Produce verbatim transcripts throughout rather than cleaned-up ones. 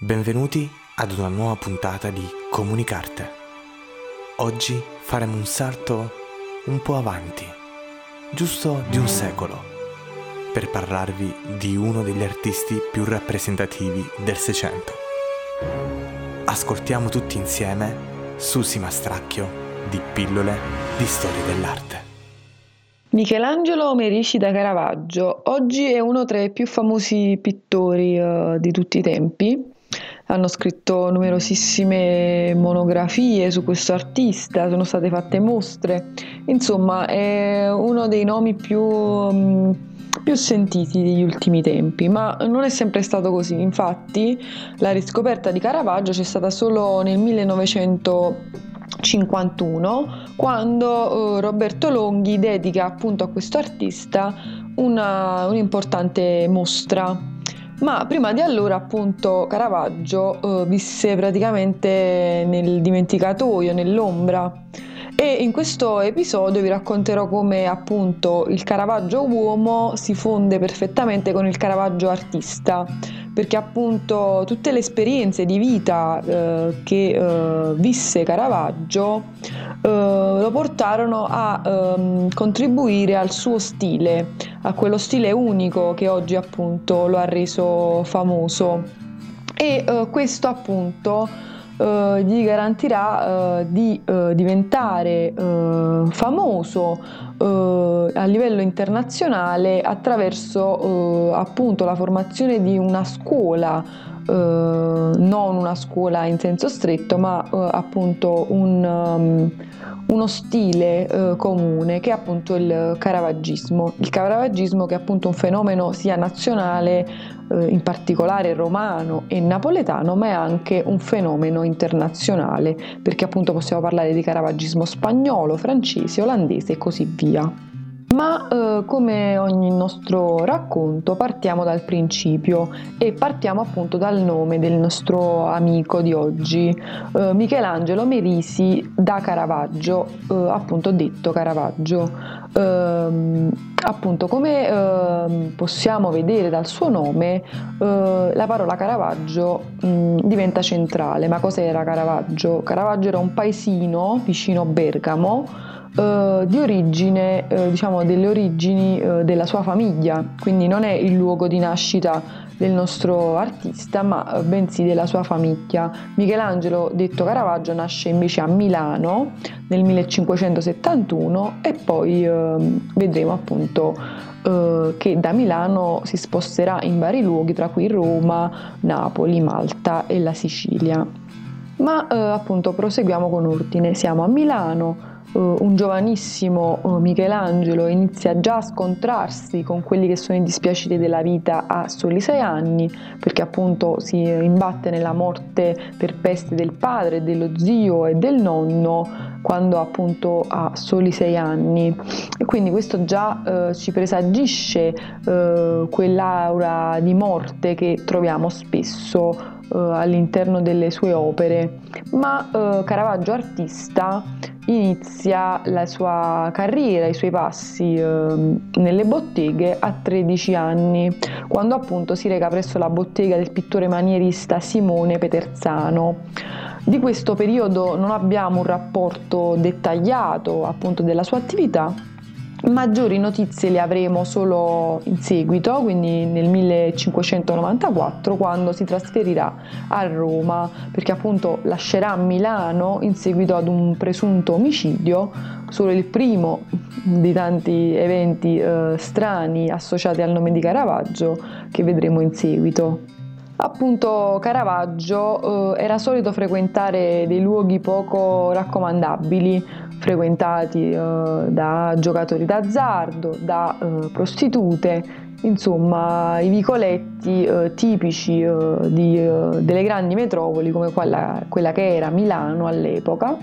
Benvenuti ad una nuova puntata di Comunicarte. Oggi faremo un salto un po' avanti, giusto di un secolo, per parlarvi di uno degli artisti più rappresentativi del Seicento. Ascoltiamo tutti insieme Susi Mastracchio di Pillole di Storia dell'Arte. Michelangelo Merici da Caravaggio oggi è uno tra i più famosi pittori uh, di tutti i tempi. Hanno scritto numerosissime monografie su questo artista, sono state fatte mostre, insomma è uno dei nomi più, um, più sentiti degli ultimi tempi, ma non è sempre stato così. Infatti la riscoperta di Caravaggio c'è stata solo nel millenovecentocinquantuno, quando uh, Roberto Longhi dedica appunto a questo artista una, un'importante mostra. Ma prima di allora appunto Caravaggio uh, visse praticamente nel dimenticatoio, nell'ombra, e in questo episodio vi racconterò come appunto il Caravaggio uomo si fonde perfettamente con il Caravaggio artista, perché appunto tutte le esperienze di vita eh, che eh, visse Caravaggio eh, lo portarono a ehm, contribuire al suo stile, a quello stile unico che oggi appunto lo ha reso famoso, e eh, questo appunto Uh, gli garantirà uh, di uh, diventare uh, famoso uh, a livello internazionale attraverso appunto la formazione di una scuola, non una scuola in senso stretto, ma appunto un, um, uno stile uh, comune, che è appunto il caravaggismo. Il caravaggismo, che è appunto un fenomeno sia nazionale, uh, in particolare romano e napoletano, ma è anche un fenomeno internazionale, perché appunto possiamo parlare di caravaggismo spagnolo, francese, olandese e così via. Ma eh, come ogni nostro racconto partiamo dal principio e partiamo appunto dal nome del nostro amico di oggi, eh, Michelangelo Merisi da Caravaggio, eh, appunto detto Caravaggio. Eh, appunto come eh, possiamo vedere dal suo nome, eh, la parola Caravaggio mh, diventa centrale. Ma cos'era Caravaggio? Caravaggio era un paesino vicino Bergamo, Uh, di origine, uh, diciamo delle origini uh, della sua famiglia, quindi non è il luogo di nascita del nostro artista, ma uh, bensì della sua famiglia. Michelangelo, detto Caravaggio, nasce invece a Milano nel millecinquecentosettantuno e poi uh, vedremo appunto uh, che da Milano si sposterà in vari luoghi, tra cui Roma, Napoli, Malta e la Sicilia. Ma uh, appunto proseguiamo con ordine. Siamo a Milano. Uh, un giovanissimo uh, Michelangelo inizia già a scontrarsi con quelli che sono i dispiaceri della vita a soli sei anni, perché appunto si imbatte nella morte per peste del padre, dello zio e del nonno quando appunto ha soli sei anni, e quindi questo già uh, ci presagisce uh, quell'aura di morte che troviamo spesso uh, all'interno delle sue opere. Ma uh, Caravaggio artista inizia la sua carriera, i suoi passi eh, nelle botteghe a tredici anni, quando appunto si reca presso la bottega del pittore manierista Simone Peterzano. Di questo periodo non abbiamo un rapporto dettagliato appunto della sua attività. Maggiori notizie le avremo solo in seguito, quindi nel millecinquecentonovantaquattro, quando si trasferirà a Roma, perché appunto lascerà Milano in seguito ad un presunto omicidio, solo il primo di tanti eventi eh, strani associati al nome di Caravaggio che vedremo in seguito. Appunto Caravaggio eh, era solito frequentare dei luoghi poco raccomandabili, frequentati eh, da giocatori d'azzardo, da eh, prostitute, insomma i vicoletti eh, tipici eh, di, eh, delle grandi metropoli come quella, quella che era Milano all'epoca.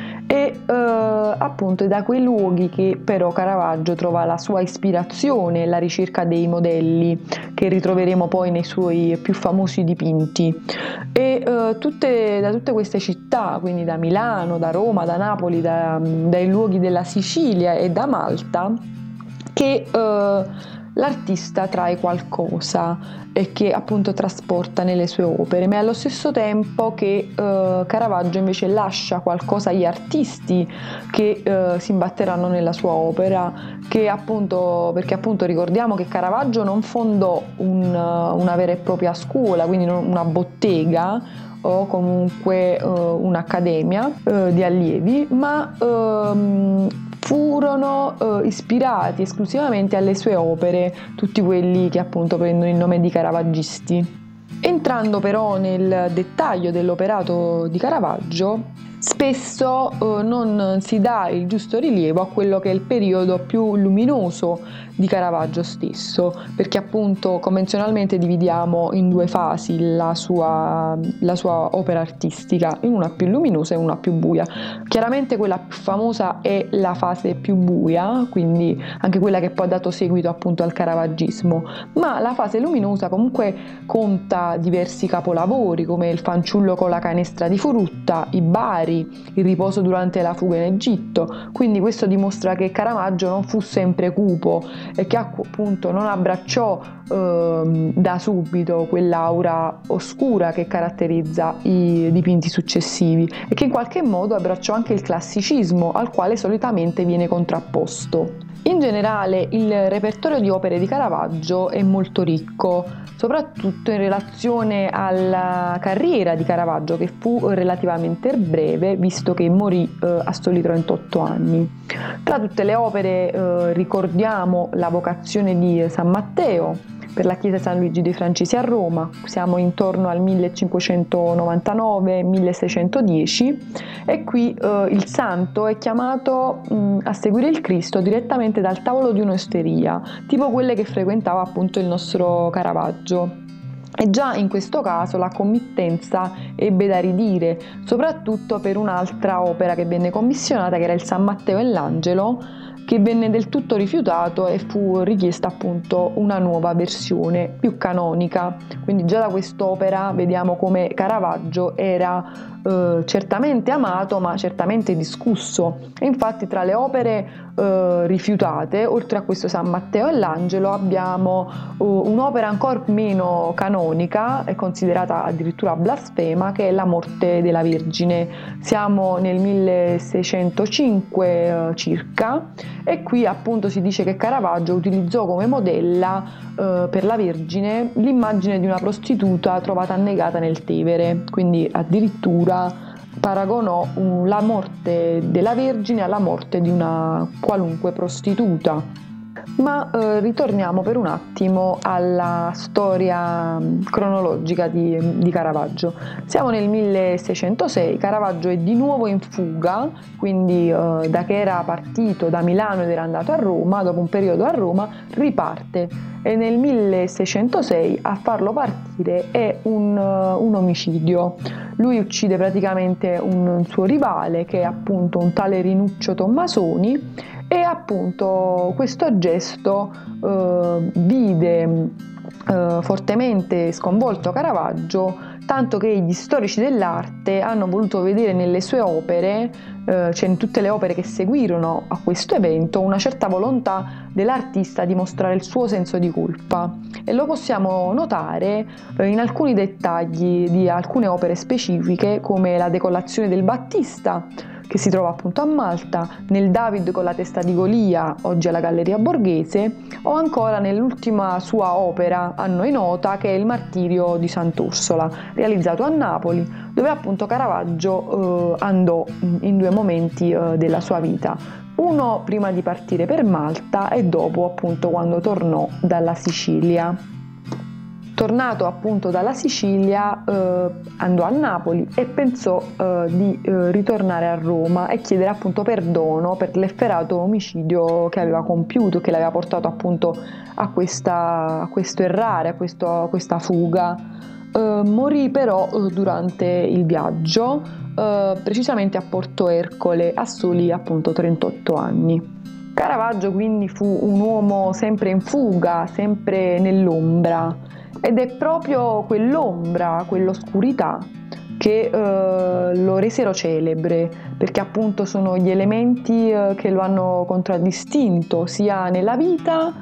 E eh, appunto è da quei luoghi che però Caravaggio trova la sua ispirazione e la ricerca dei modelli che ritroveremo poi nei suoi più famosi dipinti. E eh, tutte, da tutte queste città, quindi da Milano, da Roma, da Napoli, da, dai luoghi della Sicilia e da Malta, che eh, l'artista trae qualcosa e che appunto trasporta nelle sue opere, ma è allo stesso tempo che eh, Caravaggio invece lascia qualcosa agli artisti che eh, si imbatteranno nella sua opera, che appunto, perché appunto ricordiamo che Caravaggio non fondò un, una vera e propria scuola, quindi una bottega o comunque uh, un'accademia uh, di allievi, ma uh, furono uh, ispirati esclusivamente alle sue opere tutti quelli che appunto prendono il nome di caravaggisti. Entrando però nel dettaglio dell'operato di Caravaggio, spesso eh, non si dà il giusto rilievo a quello che è il periodo più luminoso di Caravaggio stesso, perché appunto convenzionalmente dividiamo in due fasi la sua, la sua opera artistica, in una più luminosa e una più buia. Chiaramente quella più famosa è la fase più buia, quindi anche quella che poi ha dato seguito appunto al caravaggismo, ma la fase luminosa comunque conta diversi capolavori come Il fanciullo con la canestra di frutta, I Bari, Il riposo durante la fuga in Egitto. Quindi questo dimostra che Caravaggio non fu sempre cupo e che appunto non abbracciò eh, da subito quell'aura oscura che caratterizza i dipinti successivi e che in qualche modo abbracciò anche il classicismo al quale solitamente viene contrapposto. In generale il repertorio di opere di Caravaggio è molto ricco, soprattutto in relazione alla carriera di Caravaggio, che fu relativamente breve, visto che morì eh, a soli trentotto anni. Tra tutte le opere eh, ricordiamo la Vocazione di San Matteo per la chiesa San Luigi dei Francesi a Roma, siamo intorno al millecinquecentonovantanove milleseicentodieci, e qui eh, il santo è chiamato mh, a seguire il Cristo direttamente dal tavolo di un'osteria, tipo quelle che frequentava appunto il nostro Caravaggio. E già in questo caso la committenza ebbe da ridire, soprattutto per un'altra opera che venne commissionata, che era il San Matteo e l'Angelo, che venne del tutto rifiutato e fu richiesta appunto una nuova versione più canonica. Quindi già da quest'opera vediamo come Caravaggio era eh, certamente amato ma certamente discusso, e infatti tra le opere eh, rifiutate, oltre a questo San Matteo e l'Angelo, abbiamo uh, un'opera ancora meno canonica e considerata addirittura blasfema, che è La morte della Vergine. Siamo nel milleseicentocinque eh, circa, e qui appunto si dice che Caravaggio utilizzò come modella eh, per la Vergine l'immagine di una prostituta trovata annegata nel Tevere, quindi addirittura paragonò uh, la morte della Vergine alla morte di una qualunque prostituta. Ma eh, ritorniamo per un attimo alla storia cronologica di, di Caravaggio. Siamo nel milleseicentosei, Caravaggio è di nuovo in fuga, quindi eh, da che era partito da Milano ed era andato a Roma, dopo un periodo a Roma, riparte, e nel milleseicentosei a farlo partire è un, uh, un omicidio. Lui uccide praticamente un, un suo rivale, che è appunto un tale Rinuccio Tommasoni, e appunto questo gesto eh, vide eh, fortemente sconvolto Caravaggio, tanto che gli storici dell'arte hanno voluto vedere nelle sue opere, eh, cioè in tutte le opere che seguirono a questo evento, una certa volontà dell'artista di mostrare il suo senso di colpa, e lo possiamo notare eh, in alcuni dettagli di alcune opere specifiche, come la Decollazione del Battista, che si trova appunto a Malta, nel David con la testa di Golia, oggi alla Galleria Borghese, o ancora nell'ultima sua opera a noi nota, che è Il martirio di Sant'Orsola, realizzato a Napoli, dove appunto Caravaggio eh, andò in due momenti eh, della sua vita, uno prima di partire per Malta e dopo appunto quando tornò dalla Sicilia. Tornato appunto dalla Sicilia eh, andò a Napoli e pensò eh, di eh, ritornare a Roma e chiedere appunto perdono per l'efferato omicidio che aveva compiuto, che l'aveva portato appunto a, questa, a questo errare, a, questo, a questa fuga. Eh, morì però eh, durante il viaggio, eh, precisamente a Porto Ercole, a soli appunto trentotto anni. Caravaggio quindi fu un uomo sempre in fuga, sempre nell'ombra. Ed è proprio quell'ombra, quell'oscurità che eh, lo resero celebre, perché appunto sono gli elementi eh, che lo hanno contraddistinto sia nella vita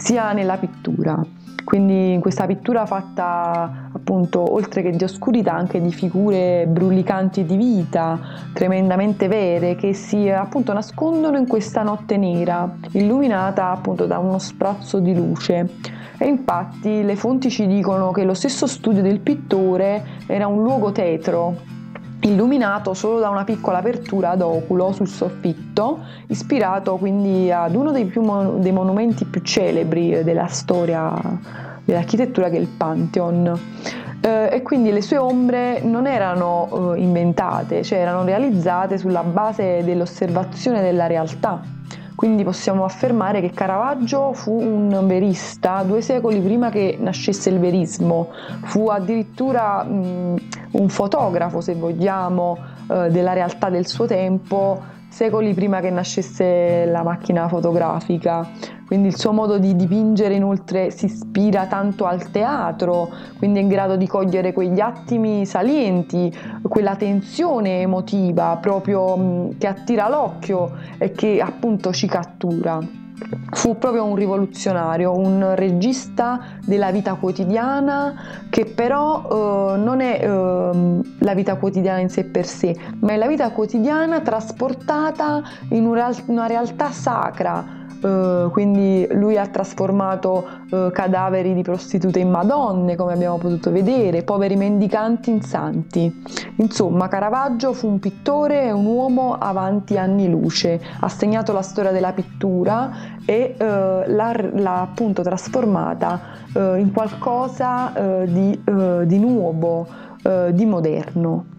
sia nella pittura. Quindi in questa pittura fatta appunto oltre che di oscurità anche di figure brulicanti di vita, tremendamente vere, che si appunto nascondono in questa notte nera, illuminata appunto da uno sprazzo di luce. E infatti le fonti ci dicono che lo stesso studio del pittore era un luogo tetro, illuminato solo da una piccola apertura ad oculo sul soffitto, ispirato quindi ad uno dei, più mon- dei monumenti più celebri della storia dell'architettura, che è il Pantheon. Eh, e quindi le sue ombre non erano eh, inventate, cioè erano realizzate sulla base dell'osservazione della realtà. Quindi possiamo affermare che Caravaggio fu un verista due secoli prima che nascesse il verismo, fu addirittura mh, un fotografo, se vogliamo, eh, della realtà del suo tempo, secoli prima che nascesse la macchina fotografica. Quindi il suo modo di dipingere inoltre si ispira tanto al teatro, quindi è in grado di cogliere quegli attimi salienti, quella tensione emotiva proprio mh, che attira l'occhio e che appunto ci cattura. Fu proprio un rivoluzionario, un regista della vita quotidiana, che però eh, non è eh, la vita quotidiana in sé per sé, ma è la vita quotidiana trasportata in una realtà sacra. Uh, quindi lui ha trasformato uh, cadaveri di prostitute in madonne, come abbiamo potuto vedere, poveri mendicanti in santi. Insomma, Caravaggio fu un pittore e un uomo avanti anni luce, ha segnato la storia della pittura e uh, l'ha, l'ha appunto trasformata uh, in qualcosa uh, di, uh, di nuovo, uh, di moderno.